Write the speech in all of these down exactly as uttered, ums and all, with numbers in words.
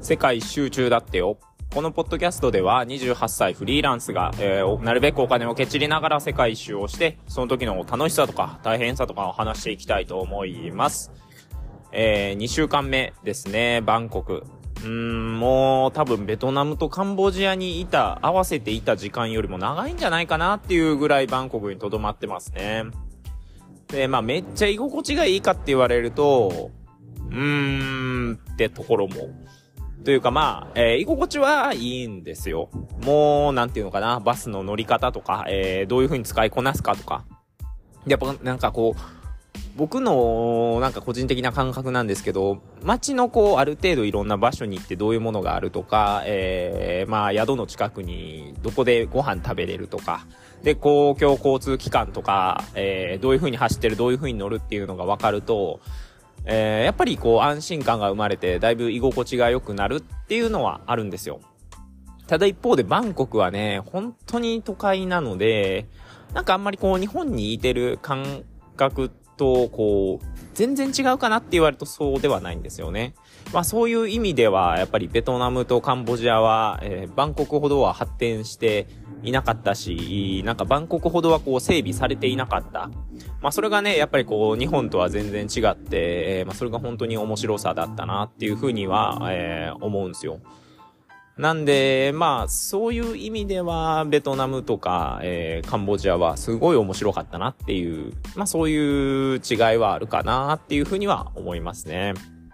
世界一周中だってよ。このポッドキャストではにじゅうはっさいフリーランスが、えー、なるべくお金をけちりながら世界一周をして、その時の楽しさとか大変さとかを話していきたいと思います。えー、にしゅうかんめですね、バンコク。うーん、もう多分ベトナムとカンボジアにいた、合わせていた時間よりも長いんじゃないかなっていうぐらいバンコクに留まってますね。で、まあめっちゃ居心地がいいかって言われると、うーんってところも。というかまあ、えー、居心地はいいんですよ。もう、なんていうのかな、バスの乗り方とか、えー、どういう風に使いこなすかとか。やっぱなんかこう、僕のなんか個人的な感覚なんですけど、街のこう、ある程度いろんな場所に行ってどういうものがあるとか、えー、まあ宿の近くにどこでご飯食べれるとか、で、公共交通機関とか、えー、どういう風に走ってる、どういう風に乗るっていうのが分かると、えー、やっぱりこう安心感が生まれてだいぶ居心地が良くなるっていうのはあるんですよ。ただ一方でバンコクはね、本当に都会なので、なんかあんまりこう日本にいてる感覚とこう全然違うかなって言われるとそうではないんですよね。まあそういう意味ではやっぱりベトナムとカンボジアは、えー、バンコクほどは発展していなかったし、なんかバンコクほどはこう整備されていなかった。まあそれがね、やっぱりこう日本とは全然違って、えー、まあそれが本当に面白さだったなっていうふうには、えー、思うんですよ。なんで、まあそういう意味ではベトナムとか、えー、カンボジアはすごい面白かったなっていう、まあそういう違いはあるかなっていうふうには思いますね。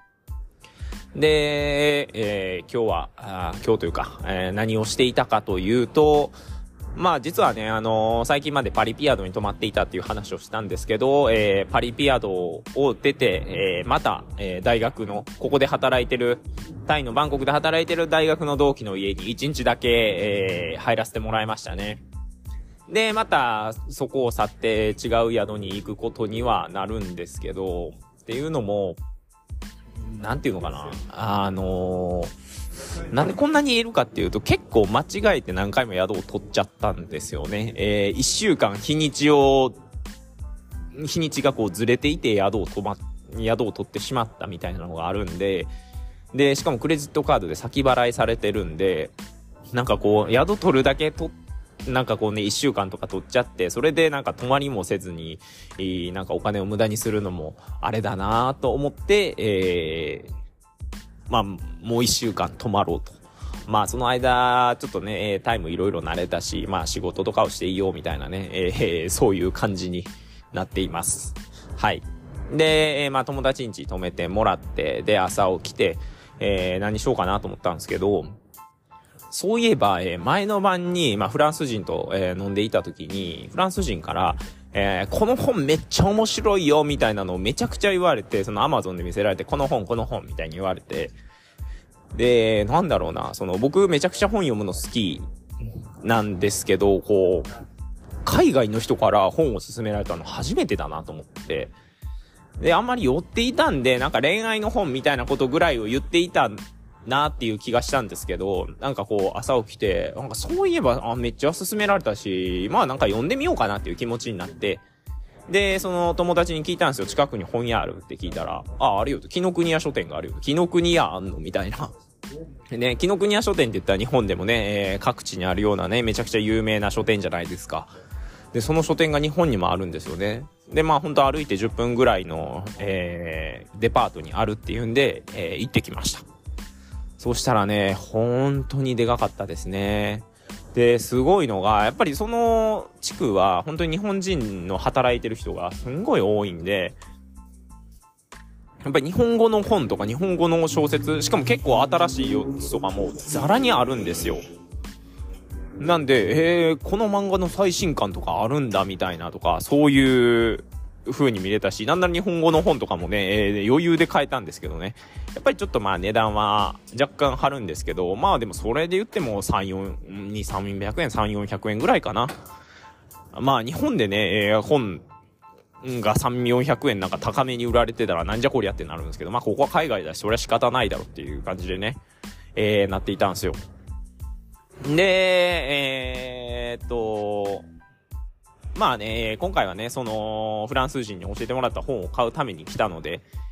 で、えー、今日は、あ今日というか、えー、何をしていたかというと、まあ実はね、あのー、最近までパリピアドに泊まっていたっていう話をしたんですけど、えー、パリピアドを出て、えー、また、えー、大学の、ここで働いてる、タイのバンコクで働いてる大学の同期の家に一日だけ、えー、入らせてもらいましたね。で、また、そこを去って違う宿に行くことにはなるんですけど、っていうのも、なんていうのかな、あのー、なんでこんなに言えるかっていうと、結構間違えて何回も宿を取っちゃったんですよね。えー、一週間日にちを、日にちがこうずれていて宿を泊ま、宿を取ってしまったみたいなのがあるんで、で、しかもクレジットカードで先払いされてるんで、なんかこう、宿取るだけ取っなんかこうね、一週間とか取っちゃって、それでなんか泊まりもせずに、えー、なんかお金を無駄にするのもあれだなと思って、えー、まあ、もう一週間泊まろうと。まあ、その間、ちょっとね、タイムいろいろ慣れたし、まあ、仕事とかをしていいよ、みたいなね、えー、そういう感じになっています。はい。で、えー、まあ、友達ん家泊めてもらって、で、朝起きて、えー、何しようかなと思ったんですけど、そういえば、えー、前の晩に、まあ、フランス人と、えー、飲んでいた時に、フランス人から、えー、この本めっちゃ面白いよみたいなのをめちゃくちゃ言われて、そのアマゾンで見せられて、この本この本みたいに言われて、で、なんだろうな、その僕めちゃくちゃ本読むの好きなんですけど、こう、海外の人から本を勧められたの初めてだなと思って、で、あんまり寄っていたんで、なんか恋愛の本みたいなことぐらいを言っていたなっていう気がしたんですけど、なんかこう朝起きて、なんかそういえばあめっちゃ勧められたし、まあなんか読んでみようかなっていう気持ちになって、でその友達に聞いたんですよ。近くに本屋あるって聞いたら、あああるよと、紀ノ国屋書店があるよ、紀ノ国屋あんのみたいなね、紀ノ国屋書店って言ったら日本でもね、えー、各地にあるようなね、めちゃくちゃ有名な書店じゃないですか。でその書店が日本にもあるんですよね。でまあ本当歩いてじゅっぷんぐらいの、えー、デパートにあるっていうんで、えー、行ってきました。そうしたらね、本当にでかかったですね。で、すごいのが、やっぱりその地区は本当に日本人の働いてる人がすんごい多いんで、やっぱり日本語の本とか日本語の小説、しかも結構新しいやつとかもザラにあるんですよ。なんで、えー、この漫画の最新刊とかあるんだみたいなとか、そういう風に見れたし、なんなら日本語の本とかもね、えー、余裕で買えたんですけどね。やっぱりちょっとまあ値段は若干張るんですけど、まあでもそれで言ってもさん、よん、に、さんびゃくえん、さん、よんひゃくえんぐらいかな。まあ日本でね、えー、本がさん、よんひゃくえんなんか高めに売られてたらなんじゃこりゃってなるんですけど、まあここは海外だし、それは仕方ないだろうっていう感じでね、えー、なっていたんですよ。で、えーっと、まあね、今回はね、その、フランス人に教えてもらった本を買うために来たので、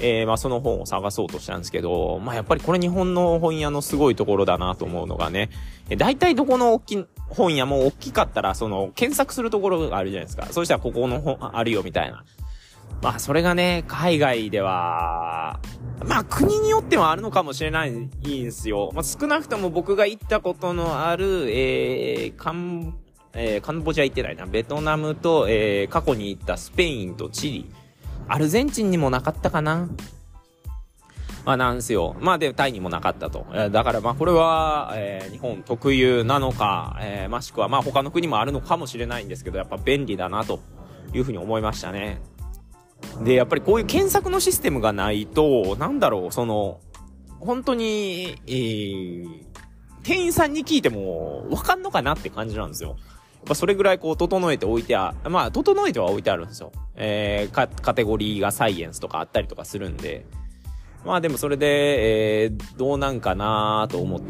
えー、まあその本を探そうとしたんですけど、まあやっぱりこれ日本の本屋のすごいところだなと思うのがね、大体どこの大き本屋も大きかったら、その検索するところがあるじゃないですか。そうしたらここの本あるよみたいな。まあそれがね、海外では、まあ国によってはあるのかもしれないんですよ。まあ少なくとも僕が行ったことのある、えー、カン、えー、カンボジア行ってないな。ベトナムと、えー、過去に行ったスペインとチリ。アルゼンチンにもなかったかな。まあなんですよ。まあで、タイにもなかったと。えー、だからまあこれは、えー、日本特有なのか、えー、もしくはまあ他の国もあるのかもしれないんですけど、やっぱ便利だなというふうに思いましたね。で、やっぱりこういう検索のシステムがないと、なんだろう、その、本当に、えー、店員さんに聞いてもわかんのかなって感じなんですよ。やっぱそれぐらいこう整えておいてあ、まあ整えては置いてあるんですよ。えー、カ、カテゴリーがサイエンスとかあったりとかするんで。まあでもそれで、えー、どうなんかなと思って、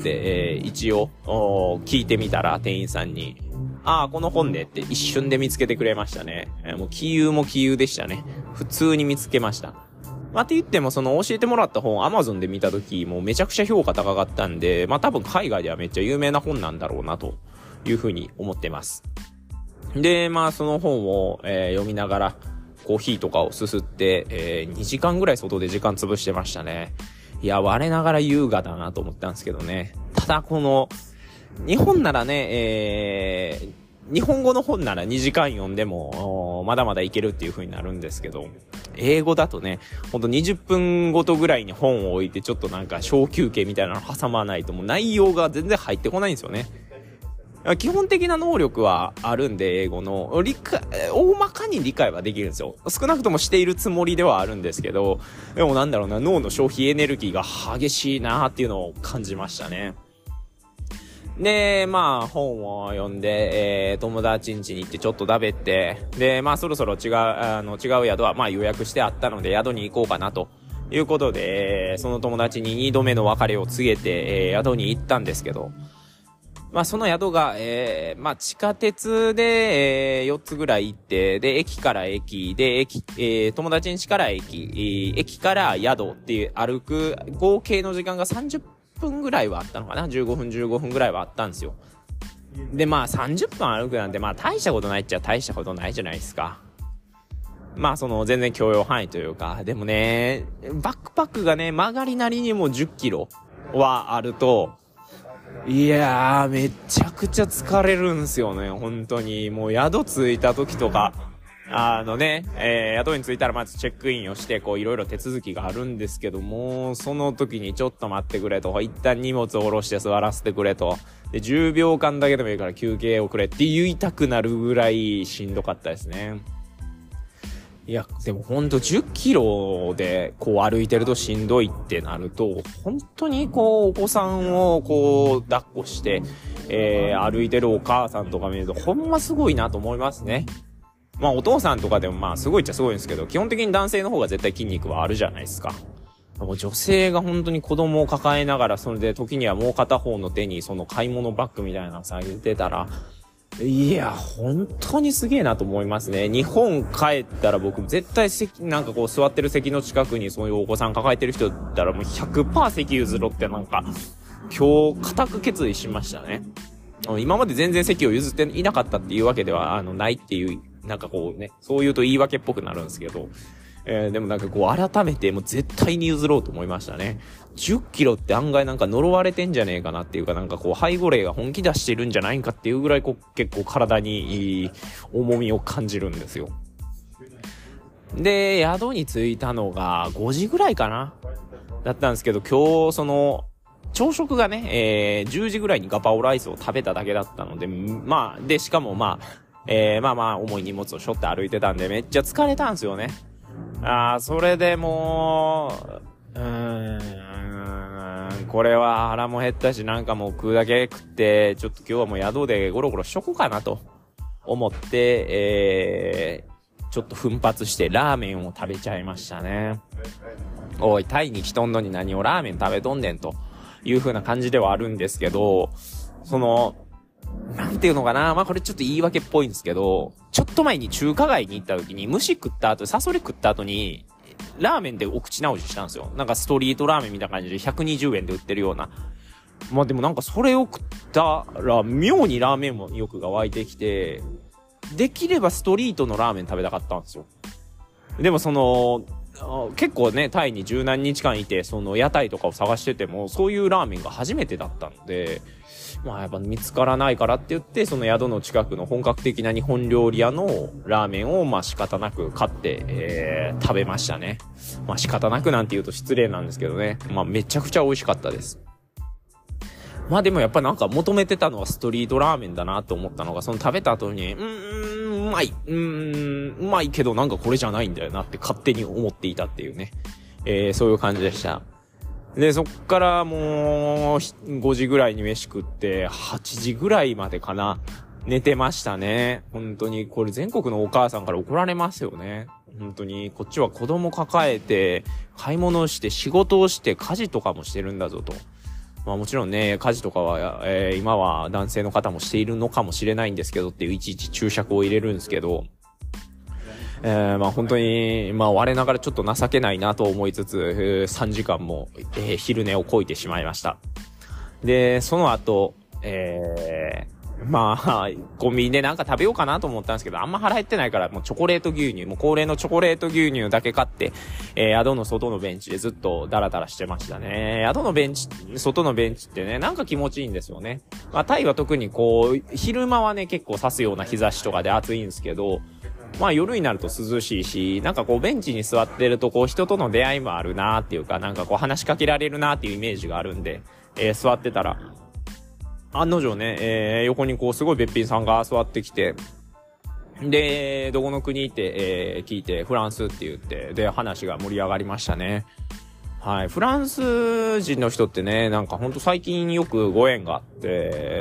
えー、一応、聞いてみたら店員さんに、ああ、この本ねって一瞬で見つけてくれましたね。えー、もう気優も気優でしたね。普通に見つけました。まあって言ってもその教えてもらった本 Amazon で見たときもうめちゃくちゃ評価高かったんで、まあ多分海外ではめっちゃ有名な本なんだろうなというふうに思ってます。で、まあその本を、えー、読みながら、コーヒーとかをすすって、えー、にじかんぐらい外で時間潰してましたね。いや、我ながら優雅だなと思ったんですけどね。ただこの、日本ならね、えー、日本語の本ならにじかん読んでも、まだまだいけるっていう風になるんですけど、英語だとね、ほんとにじゅっぷんごとぐらいに本を置いて、ちょっとなんか小休憩みたいなの挟まないと、もう内容が全然入ってこないんですよね。基本的な能力はあるんで、英語の理解、大まかに理解はできるんですよ。少なくともしているつもりではあるんですけど、でもなんだろうな、脳の消費エネルギーが激しいなーっていうのを感じましたね。で、まあ、本を読んで、えー、友達ん家に行ってちょっと食べて、で、まあ、そろそろ違う、あの、違う宿は、まあ、予約してあったので、宿に行こうかなということで、その友達ににどめの別れを告げて、えー、宿に行ったんですけど、まあその宿が、えー、まあ地下鉄で、えー、よっつぐらい行って、で、駅から駅、で、駅、えー、友達ん家から駅、えー、駅から宿っていう歩く合計の時間がさんじゅっぷんぐらいはあったのかな ?じゅうごふんじゅうごふんぐらいはあったんですよ。で、まあさんじゅっぷん歩くなんてまあ大したことないっちゃ大したことないじゃないですか。まあその全然許容範囲というか、でもね、バックパックがね、曲がりなりにもじゅっキロはあると、いやー、めちゃくちゃ疲れるんすよね、本当に。もう宿着いた時とか、あのね、えー、宿に着いたらまずチェックインをして、こういろいろ手続きがあるんですけども、その時にちょっと待ってくれと、一旦荷物を下ろして座らせてくれと、で、じゅうびょうかんだけでもいいから休憩をくれって言いたくなるぐらいしんどかったですね。いや、でもほんとじゅっキロでこう歩いてるとしんどいってなると、本当にこうお子さんをこう抱っこして、えー、歩いてるお母さんとか見るとほんますごいなと思いますね。まあお父さんとかでもまあすごいっちゃすごいんですけど、基本的に男性の方が絶対筋肉はあるじゃないですか。もう女性が本当に子供を抱えながら、それで時にはもう片方の手にその買い物バッグみたいなの下げてたら、いや、本当にすげえなと思いますね。日本帰ったら僕絶対席、なんかこう座ってる席の近くにそういうお子さん抱えてる人だったらもう ひゃくパーセント 席譲ろってなんか、今日固く決意しましたね。今まで全然席を譲っていなかったっていうわけではあのないっていう、なんかこうね、そう言うと言い訳っぽくなるんですけど、えー、でもなんかこう改めてもう絶対に譲ろうと思いましたね。じゅっキロって案外なんか呪われてんじゃねえかなっていうか、なんかこう背後霊が本気出してるんじゃないんかっていうぐらいこう結構体に重みを感じるんですよ。で、宿に着いたのがごじぐらいかなだったんですけど、今日その朝食がね、えー、じゅうじぐらいにガパオライスを食べただけだったので、まあ、で、しかもまあ、えー、まあまあ重い荷物を背負って歩いてたんでめっちゃ疲れたんですよね。あー、それでもう、うーん、これは腹も減ったし、なんかもう食うだけ食って、ちょっと今日はもう宿でゴロゴロしとこうかなと思って、えー、ちょっと奮発してラーメンを食べちゃいましたね。おい、タイに来とんのに何をラーメン食べとんねんという風な感じではあるんですけど、その、なんていうのかな、まあこれちょっと言い訳っぽいんですけど、ちょっと前に中華街に行った時に虫食った後、サソリ食った後にラーメンでお口直ししたんですよ。なんかストリートラーメンみたいな感じでひゃくにじゅうえんで売ってるような。まあでもなんかそれを食ったら、妙にラーメンも欲が湧いてきて、できればストリートのラーメン食べたかったんですよ。でもその、結構ね、タイに十何日間いて、その屋台とかを探してても、そういうラーメンが初めてだったので、まあやっぱ見つからないからって言って、その宿の近くの本格的な日本料理屋のラーメンをまあ仕方なく買って、えー、食べましたね。まあ仕方なくなんて言うと失礼なんですけどね。まあめちゃくちゃ美味しかったです。まあでもやっぱなんか求めてたのはストリートラーメンだなと思ったのが、その食べた後に、うーん、うまい、うーん、うまいけどなんかこれじゃないんだよなって勝手に思っていたっていうね。えー、そういう感じでした。で、そっからもう、ごじぐらいに飯食って、はちじぐらいまでかな。寝てましたね。本当に、これ全国のお母さんから怒られますよね。本当に、こっちは子供抱えて、買い物をして、仕事をして、家事とかもしてるんだぞと。まあもちろんね、家事とかは、えー、今は男性の方もしているのかもしれないんですけどっていう、いちいち注釈を入れるんですけど、えー、まあ本当に、まあ我ながらちょっと情けないなと思いつつ、えー、さんじかんも、えー、昼寝をこいてしまいました。で、その後、えー、まあ、コンビニでなんか食べようかなと思ったんですけど、あんま腹減ってないから、もうチョコレート牛乳、もう恒例のチョコレート牛乳だけ買って、えー、宿の外のベンチでずっとダラダラしてましたね。宿のベンチ、外のベンチってね、なんか気持ちいいんですよね。まあ、タイは特にこう、昼間はね、結構刺すような日差しとかで暑いんですけど、まあ夜になると涼しいし、なんかこうベンチに座ってるとこう人との出会いもあるなーっていうか、なんかこう話しかけられるなーっていうイメージがあるんで、えー、座ってたら、案の定ね、えー、横にこうすごいべっぴんさんが座ってきて、で、どこの国って、えー、聞いて、フランスって言って、で、話が盛り上がりましたね。はい。フランス人の人ってね、なんかほんと最近よくご縁があって、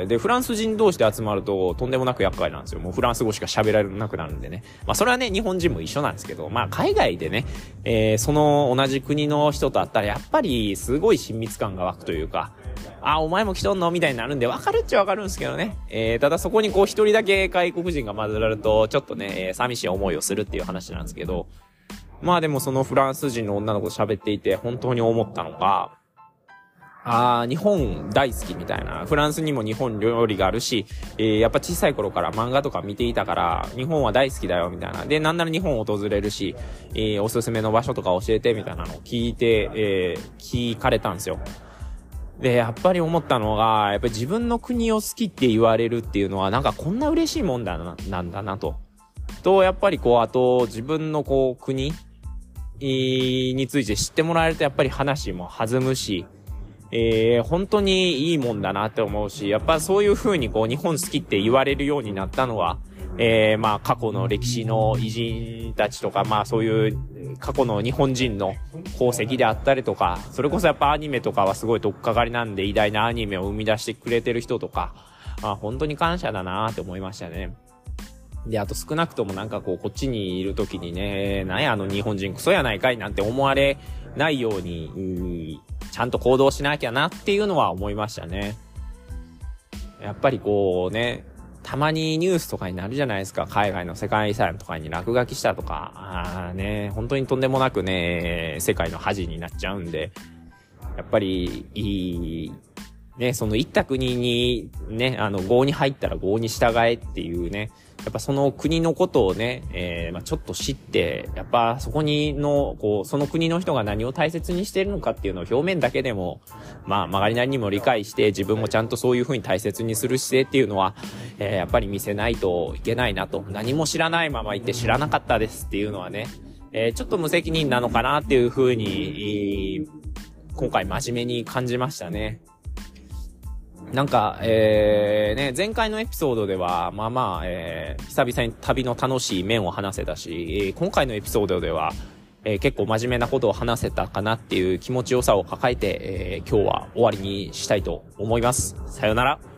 で、フランス人同士で集まるととんでもなく厄介なんですよ。もうフランス語しか喋られなくなるんでね。まあそれはね、日本人も一緒なんですけど、まあ海外でね、えー、その同じ国の人と会ったらやっぱりすごい親密感が湧くというか、あ、お前も来とんのみたいになるんで、わかるっちゃわかるんですけどね。えー、ただそこにこう一人だけ外国人が混ぜられると、ちょっとね、えー、寂しい思いをするっていう話なんですけど、まあでもそのフランス人の女の子と喋っていて、本当に思ったのが、あー、日本大好きみたいな。フランスにも日本料理があるし、えー、やっぱ小さい頃から漫画とか見ていたから、日本は大好きだよみたいな。で、なんなら日本を訪れるし、えー、おすすめの場所とか教えてみたいなのを聞いて、えー、聞かれたんですよ。で、やっぱり思ったのが、やっぱり自分の国を好きって言われるっていうのは、なんかこんな嬉しいもんだな、なんだなと。と、やっぱりこう、あと、自分のこう、国について知ってもらえると、やっぱり話も弾むし、えー、本当にいいもんだなって思うし、やっぱそういう風にこう、日本好きって言われるようになったのは、えー、まあ過去の歴史の偉人たちとか、まあそういう過去の日本人の功績であったりとか、それこそやっぱアニメとかはすごい取っかかりなんで偉大なアニメを生み出してくれてる人とか、まあ本当に感謝だなーって思いましたね。で、あと少なくともなんかこうこっちにいる時にね、なんやあの日本人クソやないかいなんて思われないように、ちゃんと行動しなきゃなっていうのは思いましたね。やっぱりこうね、たまにニュースとかになるじゃないですか。海外の世界遺産とかに落書きしたとか。あーね、本当にとんでもなくね、世界の恥になっちゃうんで、やっぱり、いい、ね、その行った国に、ね、あの、郷に入ったら郷に従えっていうね、やっぱその国のことをね、えー、まあちょっと知って、やっぱそこにの、こう、その国の人が何を大切にしているのかっていうのを表面だけでも、まあ曲がりなりにも理解して、自分もちゃんとそういう風に大切にする姿勢っていうのは、えー、やっぱり見せないといけないなと。何も知らないままいて知らなかったですっていうのはね、えー、ちょっと無責任なのかなっていう風に、えー、今回真面目に感じましたね。なんか、えー、ね、前回のエピソードでは、まあまあ、えー、久々に旅の楽しい面を話せたし、今回のエピソードでは、えー、結構真面目なことを話せたかなっていう気持ちよさを抱えて、えー、今日は終わりにしたいと思います。さよなら。